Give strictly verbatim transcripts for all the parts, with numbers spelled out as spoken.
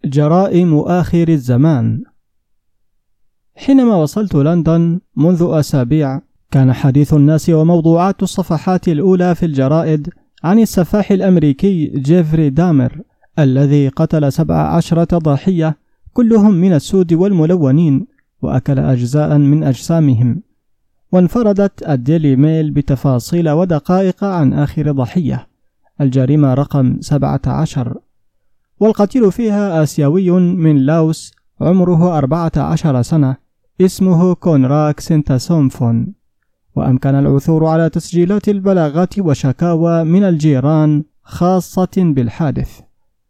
جرائم آخر الزمان. حينما وصلت لندن منذ أسابيع، كان حديث الناس وموضوعات الصفحات الأولى في الجرائد عن السفاح الأمريكي جيفري دامر الذي قتل سبع عشرة ضحية كلهم من السود والملونين، وأكل أجزاء من أجسامهم. وانفردت الديلي ميل بتفاصيل ودقائق عن آخر ضحية، الجريمة رقم سبعة عشر، والقتيل فيها آسيوي من لاوس عمره أربعة عشر سنة اسمه كونراك سنتاسومفون. وأمكن العثور على تسجيلات البلاغات وشكاوى من الجيران خاصة بالحادث.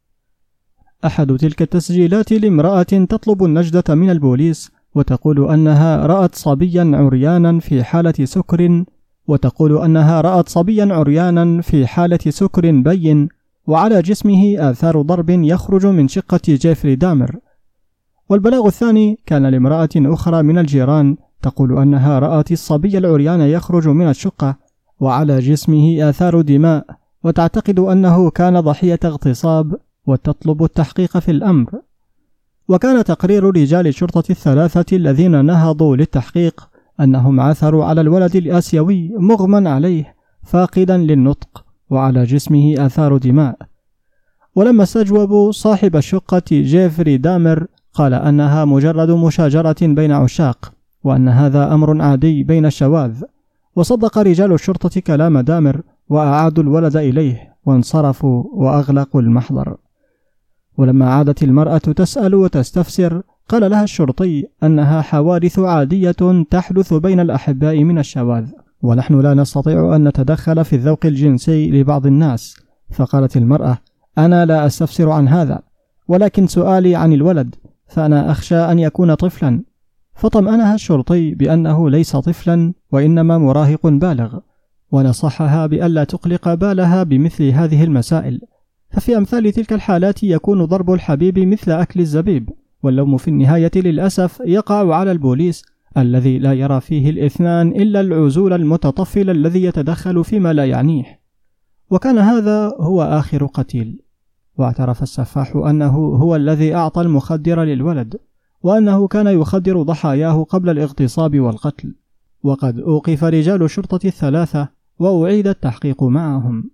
أحد تلك التسجيلات لامرأة تطلب النجدة من البوليس، وتقول أنها رأت صبيا عريانا في حالة سكر وتقول أنها رأت صبيا عريانا في حالة سكر بين، وعلى جسمه آثار ضرب يخرج من شقة جيفري دامر. والبلاغ الثاني كان لامرأة أخرى من الجيران تقول أنها رأت الصبي العريان يخرج من الشقة وعلى جسمه آثار دماء، وتعتقد أنه كان ضحية اغتصاب وتطلب التحقيق في الأمر. وكان تقرير رجال الشرطة الثلاثة الذين نهضوا للتحقيق أنهم عثروا على الولد الآسيوي مغمى عليه فاقدا للنطق وعلى جسمه آثار دماء. ولما استجوبوا صاحب الشقة جيفري دامر قال أنها مجرد مشاجرة بين عشاق، وأن هذا أمر عادي بين الشواذ. وصدق رجال الشرطة كلام دامر وأعادوا الولد إليه وانصرفوا وأغلقوا المحضر. ولما عادت المرأة تسأل وتستفسر قال لها الشرطي أنها حوادث عادية تحدث بين الأحباء من الشواذ، ونحن لا نستطيع أن نتدخل في الذوق الجنسي لبعض الناس. فقالت المرأة: أنا لا أستفسر عن هذا، ولكن سؤالي عن الولد، فأنا أخشى أن يكون طفلا. فطمأنها الشرطي بأنه ليس طفلا وإنما مراهق بالغ، ونصحها بألا تقلق بالها بمثل هذه المسائل، ففي أمثال تلك الحالات يكون ضرب الحبيب مثل أكل الزبيب، واللوم في النهاية للأسف يقع على البوليس الذي لا يرى فيه الاثنان إلا العزول المتطفل الذي يتدخل فيما لا يعنيه. وكان هذا هو آخر قتيل. واعترف السفاح أنه هو الذي أعطى المخدر للولد، وأنه كان يخدر ضحاياه قبل الاغتصاب والقتل. وقد أوقف رجال الشرطة الثلاثة وأعيد التحقيق معهم.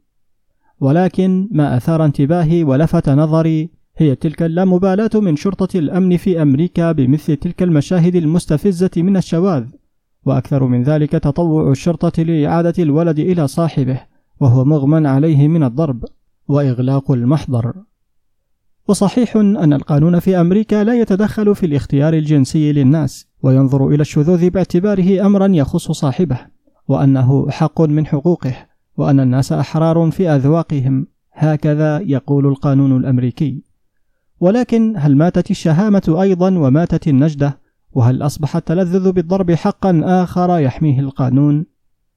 ولكن ما أثار انتباهي ولفت نظري هي تلك اللامبالاة من شرطة الأمن في أمريكا بمثل تلك المشاهد المستفزة من الشواذ، وأكثر من ذلك تطوع الشرطة لإعادة الولد إلى صاحبه وهو مغمى عليه من الضرب وإغلاق المحضر. وصحيح أن القانون في أمريكا لا يتدخل في الاختيار الجنسي للناس، وينظر إلى الشذوذ باعتباره أمرا يخص صاحبه، وأنه حق من حقوقه، وأن الناس أحرار في أذواقهم، هكذا يقول القانون الأمريكي. ولكن هل ماتت الشهامة أيضا وماتت النجدة؟ وهل أصبح التلذذ بالضرب حقا آخر يحميه القانون؟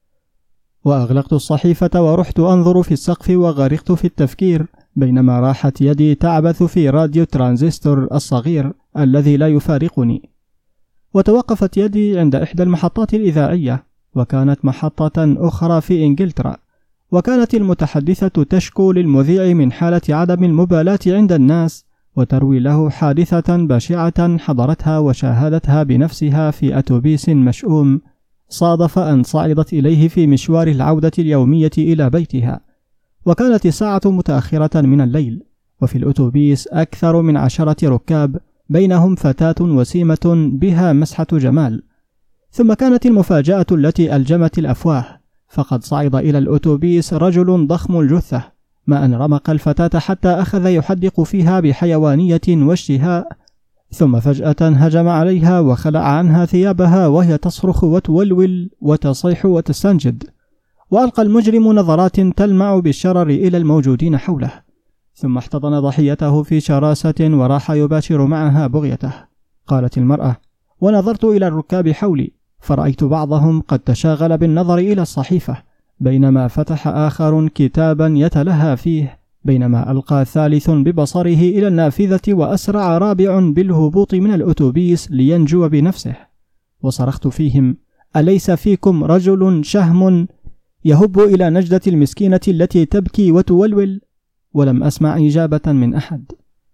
وأغلقت الصحيفة ورحت أنظر في السقف وغرقت في التفكير، بينما راحت يدي تعبث في راديو ترانزستور الصغير الذي لا يفارقني. وتوقفت يدي عند إحدى المحطات الإذاعية، وكانت محطة أخرى في إنجلترا، وكانت المتحدثة تشكو للمذيع من حالة عدم المبالاة عند الناس، وتروي له حادثة بشعة حضرتها وشاهدتها بنفسها في أتوبيس مشؤوم صادف أن صعدت إليه في مشوار العودة اليومية إلى بيتها. وكانت الساعة متأخرة من الليل، وفي الأتوبيس أكثر من عشرة ركاب، بينهم فتاة وسيمة بها مسحة جمال. ثم كانت المفاجأة التي ألجمت الأفواه، فقد صعد إلى الأتوبيس رجل ضخم الجثة، ما أن رمق الفتاة حتى أخذ يحدق فيها بحيوانية واشتهاء، ثم فجأة هجم عليها وخلع عنها ثيابها وهي تصرخ وتولول وتصيح وتستنجد. وألقى المجرم نظرات تلمع بالشرر إلى الموجودين حوله، ثم احتضن ضحيته في شراسة وراح يباشر معها بغيته. قالت المرأة: ونظرت إلى الركاب حولي فرأيت بعضهم قد تشاغل بالنظر إلى الصحيفة، بينما فتح آخر كتابا يتلهى فيه، بينما ألقى ثالث ببصره إلى النافذة وأسرع رابع بالهبوط من الأتوبيس لينجو بنفسه. وصرخت فيهم: أليس فيكم رجل شهم يهب إلى نجدة المسكينة التي تبكي وتولول؟ ولم أسمع إجابة من أحد.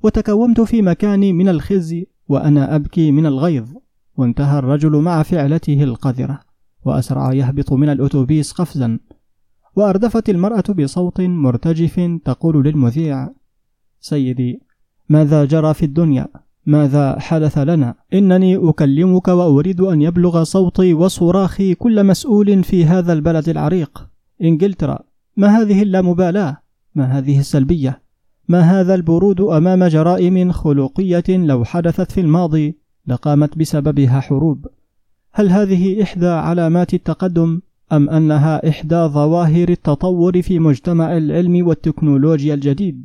وتكومت في مكاني من الخزي وأنا أبكي من الغيظ. وانتهى الرجل مع فعلته القذرة وأسرع يهبط من الأتوبيس قفزا. وأردفت المرأة بصوت مرتجف تقول للمذيع: سيدي، ماذا جرى في الدنيا؟ ماذا حدث لنا؟ إنني أكلمك وأريد أن يبلغ صوتي وصراخي كل مسؤول في هذا البلد العريق إنجلترا. ما هذه اللامبالاة؟ ما هذه السلبية؟ ما هذا البرود أمام جرائم خلقية لو حدثت في الماضي لقامت بسببها حروب؟ هل هذه إحدى علامات التقدم أم أنها إحدى ظواهر التطور في مجتمع العلم والتكنولوجيا الجديد؟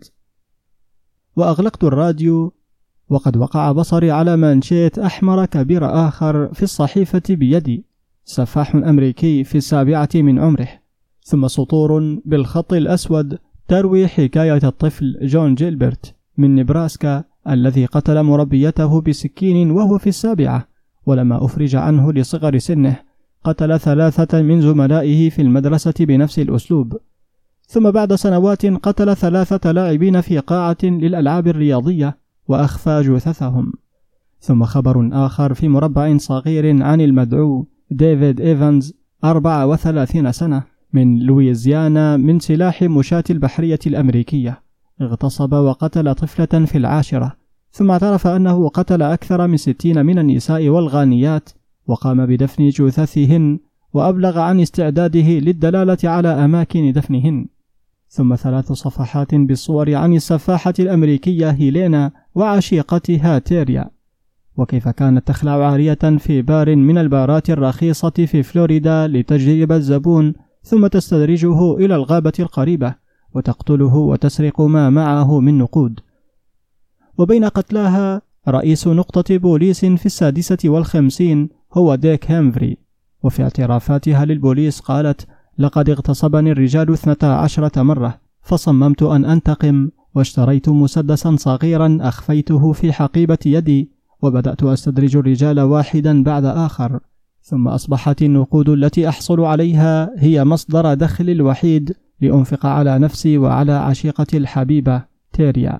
وأغلقت الراديو، وقد وقع بصري على مانشيت أحمر كبير آخر في الصحيفة بيدي: سفاح أمريكي في السابعة من عمره، ثم سطور بالخط الأسود تروي حكاية الطفل جون جيلبرت من نبراسكا الذي قتل مربيته بسكين وهو في السابعة، ولما أفرج عنه لصغر سنه قتل ثلاثة من زملائه في المدرسة بنفس الأسلوب. ثم بعد سنوات قتل ثلاثة لاعبين في قاعة للألعاب الرياضية وأخفى جثثهم. ثم خبر آخر في مربع صغير عن المدعو ديفيد إيفانز، أربعة وثلاثين سنة، من لويزيانا، من سلاح مشاة البحرية الأمريكية، اغتصب وقتل طفلة في العاشرة، ثم اعترف أنه قتل أكثر من ستين من النساء والغانيات وقام بدفن جثثهن، وأبلغ عن استعداده للدلالة على أماكن دفنهن. ثم ثلاث صفحات بالصور عن السفاحة الأمريكية هيلينا وعشيقتها تيريا، وكيف كانت تخلع عارية في بار من البارات الرخيصة في فلوريدا لتجذب الزبون، ثم تستدرجه إلى الغابة القريبة وتقتله وتسرق ما معه من نقود. وبين قتلاها رئيس نقطة بوليس في السادسة والخمسين هو ديك هامفري، وفي اعترافاتها للبوليس قالت: لقد اغتصبني الرجال اثنتا عشرة مرة، فصممت أن أنتقم، واشتريت مسدسا صغيرا أخفيته في حقيبة يدي، وبدأت أستدرج الرجال واحدا بعد آخر، ثم أصبحت النقود التي أحصل عليها هي مصدر دخل الوحيد لأنفق على نفسي وعلى عشيقتي الحبيبة تيريا.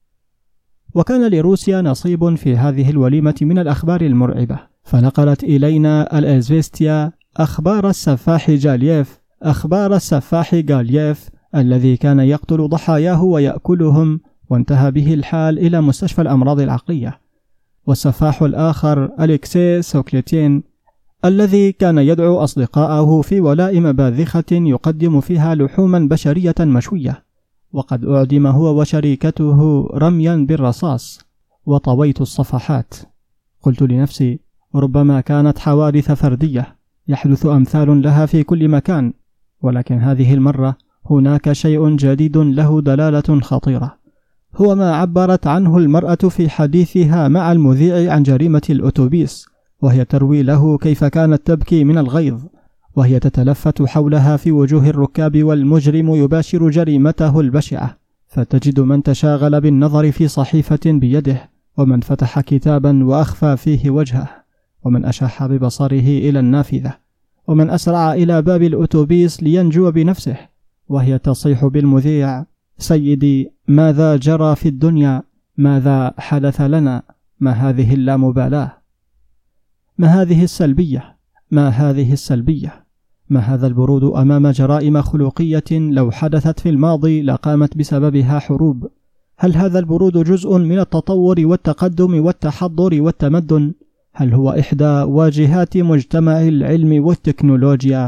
وكان لروسيا نصيب في هذه الوليمة من الأخبار المرعبة، فنقلت إلينا الإزفيستيا أخبار السفاح جالييف، أخبار السفاح جالييف الذي كان يقتل ضحاياه ويأكلهم، وانتهى به الحال إلى مستشفى الأمراض العقلية. والسفاح الآخر أليكسي سوكليتين الذي كان يدعو أصدقاءه في ولائم باذخة يقدم فيها لحوما بشرية مشوية، وقد أعدم هو وشريكته رميا بالرصاص. وطويت الصفحات، قلت لنفسي: ربما كانت حوادث فردية يحدث أمثال لها في كل مكان، ولكن هذه المرة هناك شيء جديد له دلالة خطيرة، هو ما عبرت عنه المرأة في حديثها مع المذيع عن جريمة الأتوبيس، وهي تروي له كيف كانت تبكي من الغيظ، وهي تتلفت حولها في وجوه الركاب والمجرم يباشر جريمته البشعة، فتجد من تشاغل بالنظر في صحيفة بيده، ومن فتح كتابا وأخفى فيه وجهه، ومن أشاح ببصره إلى النافذة، ومن أسرع إلى باب الأتوبيس لينجو بنفسه، وهي تصيح بالمذيع: سيدي، ماذا جرى في الدنيا؟ ماذا حدث لنا؟ ما هذه اللامبالاة؟ ما هذه السلبية؟ ما هذه السلبية؟ ما هذا البرود أمام جرائم خلقية لو حدثت في الماضي لقامت بسببها حروب؟ هل هذا البرود جزء من التطور والتقدم والتحضر والتمدن؟ هل هو إحدى واجهات مجتمع العلم والتكنولوجيا؟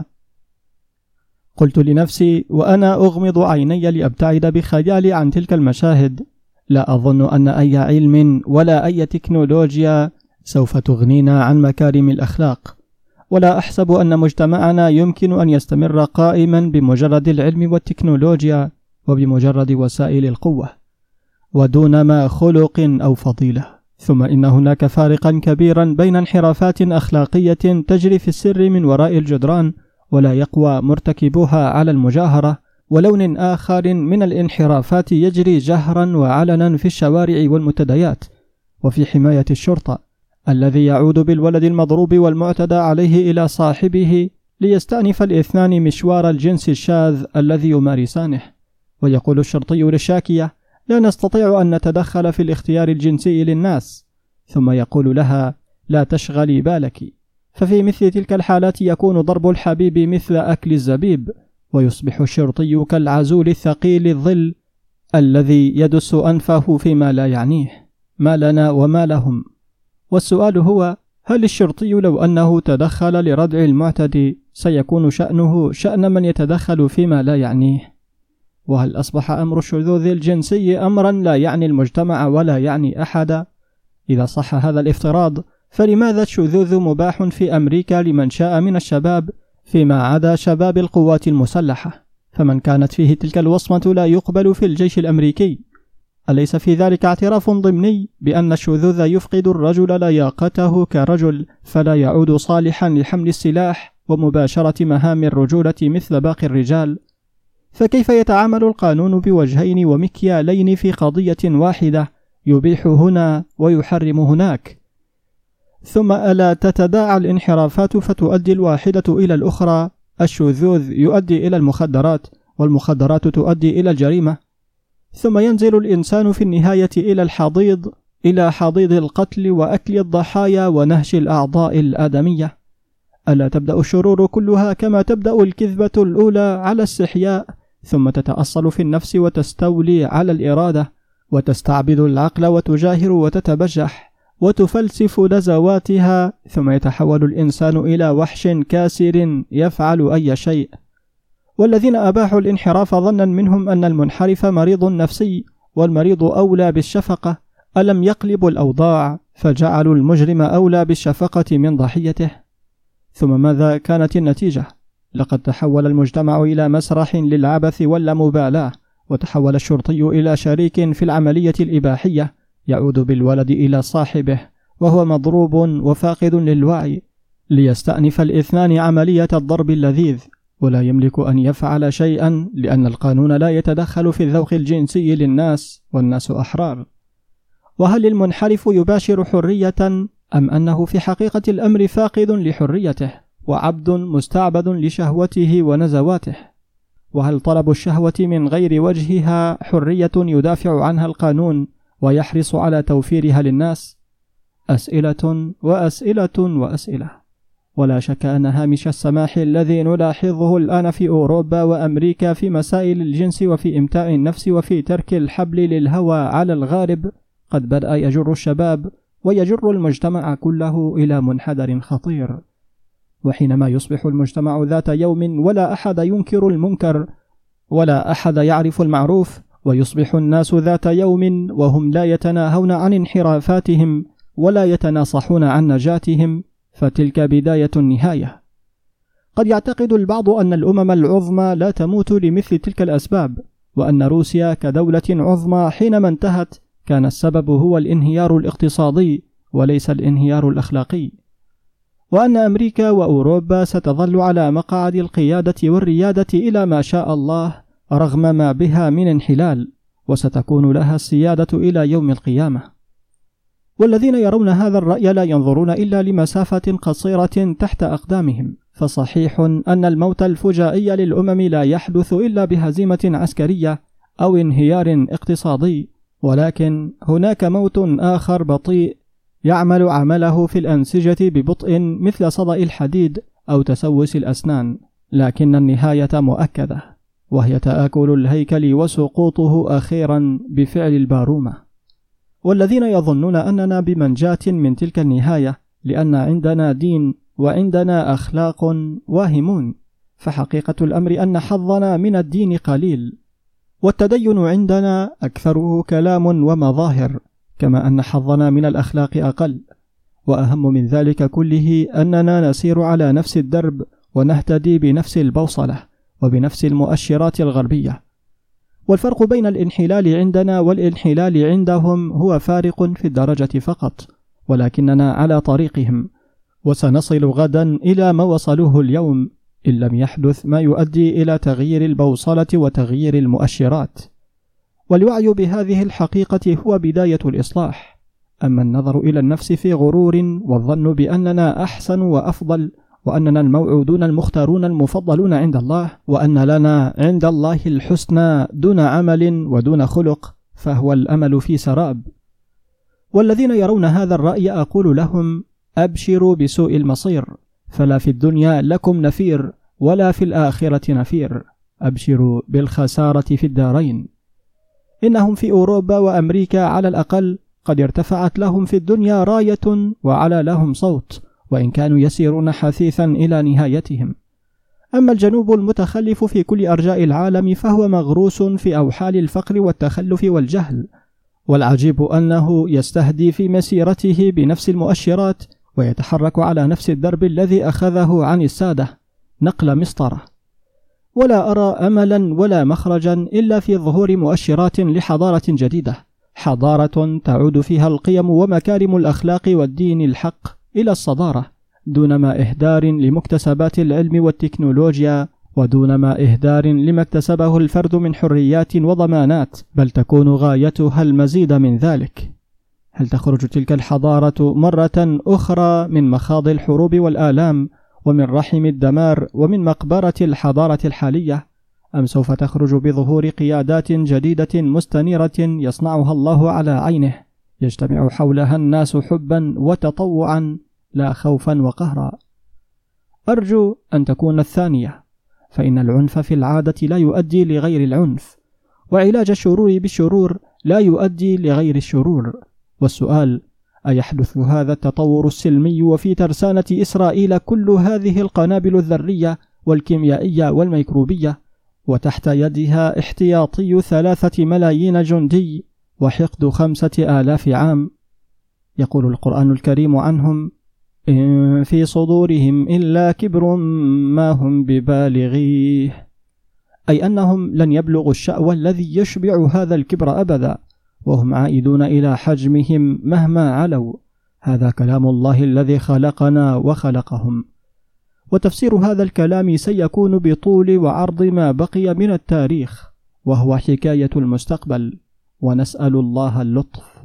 قلت لنفسي وأنا أغمض عيني لأبتعد بخيالي عن تلك المشاهد: لا أظن أن أي علم ولا أي تكنولوجيا سوف تغنينا عن مكارم الأخلاق، ولا أحسب أن مجتمعنا يمكن أن يستمر قائما بمجرد العلم والتكنولوجيا وبمجرد وسائل القوة ودون ما خلق أو فضيلة. ثم إن هناك فارقا كبيرا بين انحرافات أخلاقية تجري في السر من وراء الجدران ولا يقوى مرتكبوها على المجاهرة، ولون آخر من الانحرافات يجري جهرا وعلنا في الشوارع والمنتديات وفي حماية الشرطة، الذي يعود بالولد المضروب والمعتدى عليه إلى صاحبه ليستأنف الاثنان مشوار الجنس الشاذ الذي يمارسانه. ويقول الشرطي للشاكية: لا نستطيع أن نتدخل في الاختيار الجنسي للناس، ثم يقول لها لا تشغلي بالك. ففي مثل تلك الحالات يكون ضرب الحبيب مثل أكل الزبيب، ويصبح الشرطي كالعزول الثقيل الظل الذي يدس أنفه فيما لا يعنيه. ما لنا وما لهم. والسؤال هو: هل الشرطي لو أنه تدخل لردع المعتدي سيكون شأنه شأن من يتدخل فيما لا يعنيه؟ وهل أصبح أمر الشذوذ الجنسي أمرا لا يعني المجتمع ولا يعني أحدا؟ إذا صح هذا الافتراض، فلماذا الشذوذ مباح في أمريكا لمن شاء من الشباب فيما عدا شباب القوات المسلحة؟ فمن كانت فيه تلك الوصمة لا يقبل في الجيش الأمريكي. أليس في ذلك اعتراف ضمني بأن الشذوذ يفقد الرجل لياقته كرجل، فلا يعود صالحا لحمل السلاح ومباشرة مهام الرجولة مثل باقي الرجال؟ فكيف يتعامل القانون بوجهين ومكيالين في قضية واحدة، يبيح هنا ويحرم هناك؟ ثم ألا تتداعى الانحرافات فتؤدي الواحدة إلى الأخرى؟ الشذوذ يؤدي إلى المخدرات، والمخدرات تؤدي إلى الجريمة، ثم ينزل الإنسان في النهاية إلى الحضيض، إلى حضيض القتل وأكل الضحايا ونهش الأعضاء الآدمية. ألا تبدأ الشرور كلها كما تبدأ الكذبة الأولى على استحياء، ثم تتأصل في النفس وتستولي على الإرادة، وتستعبد العقل وتجاهر وتتبجح وتفلسف نزواتها، ثم يتحول الإنسان إلى وحش كاسر يفعل أي شيء. والذين أباحوا الانحراف ظنا منهم أن المنحرف مريض نفسي، والمريض أولى بالشفقة، ألم يقلبوا الأوضاع فجعلوا المجرم أولى بالشفقة من ضحيته؟ ثم ماذا كانت النتيجة؟ لقد تحول المجتمع إلى مسرح للعبث واللامبالاة، وتحول الشرطي إلى شريك في العملية الإباحية، يعود بالولد إلى صاحبه وهو مضروب وفاقد للوعي، ليستأنف الاثنان عملية الضرب اللذيذ، ولا يملك أن يفعل شيئا لأن القانون لا يتدخل في الذوق الجنسي للناس، والناس أحرار. وهل المنحرف يباشر حرية، أم أنه في حقيقة الأمر فاقد لحريته وعبد مستعبد لشهوته ونزواته؟ وهل طلب الشهوة من غير وجهها حرية يدافع عنها القانون ويحرص على توفيرها للناس؟ أسئلة وأسئلة وأسئلة. ولا شك أن هامش السماح الذي نلاحظه الآن في أوروبا وأمريكا في مسائل الجنس وفي إمتاع النفس وفي ترك الحبل للهوى على الغارب قد بدأ يجر الشباب ويجر المجتمع كله إلى منحدر خطير. وحينما يصبح المجتمع ذات يوم ولا أحد ينكر المنكر ولا أحد يعرف المعروف، ويصبح الناس ذات يوم وهم لا يتناهون عن انحرافاتهم ولا يتناصحون عن نجاتهم، فتلك بداية النهاية. قد يعتقد البعض أن الأمم العظمى لا تموت لمثل تلك الأسباب، وأن روسيا كدولة عظمى حينما انتهت كان السبب هو الانهيار الاقتصادي وليس الانهيار الأخلاقي، وأن أمريكا وأوروبا ستظل على مقعد القيادة والريادة إلى ما شاء الله رغم ما بها من انحلال، وستكون لها السيادة إلى يوم القيامة. والذين يرون هذا الرأي لا ينظرون إلا لمسافة قصيرة تحت أقدامهم، فصحيح أن الموت الفجائي للأمم لا يحدث إلا بهزيمة عسكرية أو انهيار اقتصادي، ولكن هناك موت آخر بطيء يعمل عمله في الأنسجة ببطء مثل صدأ الحديد أو تسوس الأسنان، لكن النهاية مؤكدة، وهي تآكل الهيكل وسقوطه أخيرا بفعل البارومة. والذين يظنون أننا بمنجاة من تلك النهاية لأن عندنا دين وعندنا أخلاق واهمون، فحقيقة الأمر أن حظنا من الدين قليل، والتدين عندنا أكثره كلام ومظاهر، كما أن حظنا من الأخلاق أقل. وأهم من ذلك كله أننا نسير على نفس الدرب ونهتدي بنفس البوصلة وبنفس المؤشرات الغربية. والفرق بين الانحلال عندنا والانحلال عندهم هو فارق في الدرجة فقط، ولكننا على طريقهم، وسنصل غدا إلى ما وصلوه اليوم إن لم يحدث ما يؤدي إلى تغيير البوصلة وتغيير المؤشرات. والوعي بهذه الحقيقة هو بداية الإصلاح. أما النظر إلى النفس في غرور والظن بأننا أحسن وأفضل، وأننا الموعودون المختارون المفضلون عند الله، وأن لنا عند الله الحسنى دون عمل ودون خلق، فهو الأمل في سراب. والذين يرون هذا الرأي أقول لهم: أبشروا بسوء المصير، فلا في الدنيا لكم نفير ولا في الآخرة نفير، أبشروا بالخسارة في الدارين. إنهم في أوروبا وأمريكا على الأقل قد ارتفعت لهم في الدنيا راية وعلى لهم صوت، وإن كانوا يسيرون حثيثا إلى نهايتهم. أما الجنوب المتخلف في كل أرجاء العالم فهو مغروس في أوحال الفقر والتخلف والجهل، والعجيب أنه يستهدي في مسيرته بنفس المؤشرات ويتحرك على نفس الدرب الذي أخذه عن السادة نقل مسطرة. ولا أرى أملا ولا مخرجا إلا في ظهور مؤشرات لحضارة جديدة، حضارة تعود فيها القيم ومكارم الأخلاق والدين الحق إلى الصدارة، دون ما إهدار لمكتسبات العلم والتكنولوجيا، ودون ما إهدار لما اكتسبه الفرد من حريات وضمانات، بل تكون غايتها المزيد من ذلك. هل تخرج تلك الحضارة مرة أخرى من مخاض الحروب والآلام ومن رحم الدمار ومن مقبرة الحضارة الحالية، أم سوف تخرج بظهور قيادات جديدة مستنيرة يصنعها الله على عينه، يجتمع حولها الناس حبا وتطوعا لا خوفا وقهرا؟ أرجو أن تكون الثانية، فإن العنف في العادة لا يؤدي لغير العنف، وعلاج الشرور بالشرور لا يؤدي لغير الشرور. والسؤال: أيحدث هذا التطور السلمي وفي ترسانة إسرائيل كل هذه القنابل الذرية والكيميائية والميكروبية، وتحت يدها احتياطي ثلاثة ملايين جندي وحقد خمسة آلاف عام؟ يقول القرآن الكريم عنهم: إن في صدورهم إلا كبر ما هم ببالغيه، أي أنهم لن يبلغوا الشأوى الذي يشبع هذا الكبر أبدا، وهم عائدون إلى حجمهم مهما علوا. هذا كلام الله الذي خلقنا وخلقهم. وتفسير هذا الكلام سيكون بطول وعرض ما بقي من التاريخ، وهو حكاية المستقبل، ونسأل الله اللطف.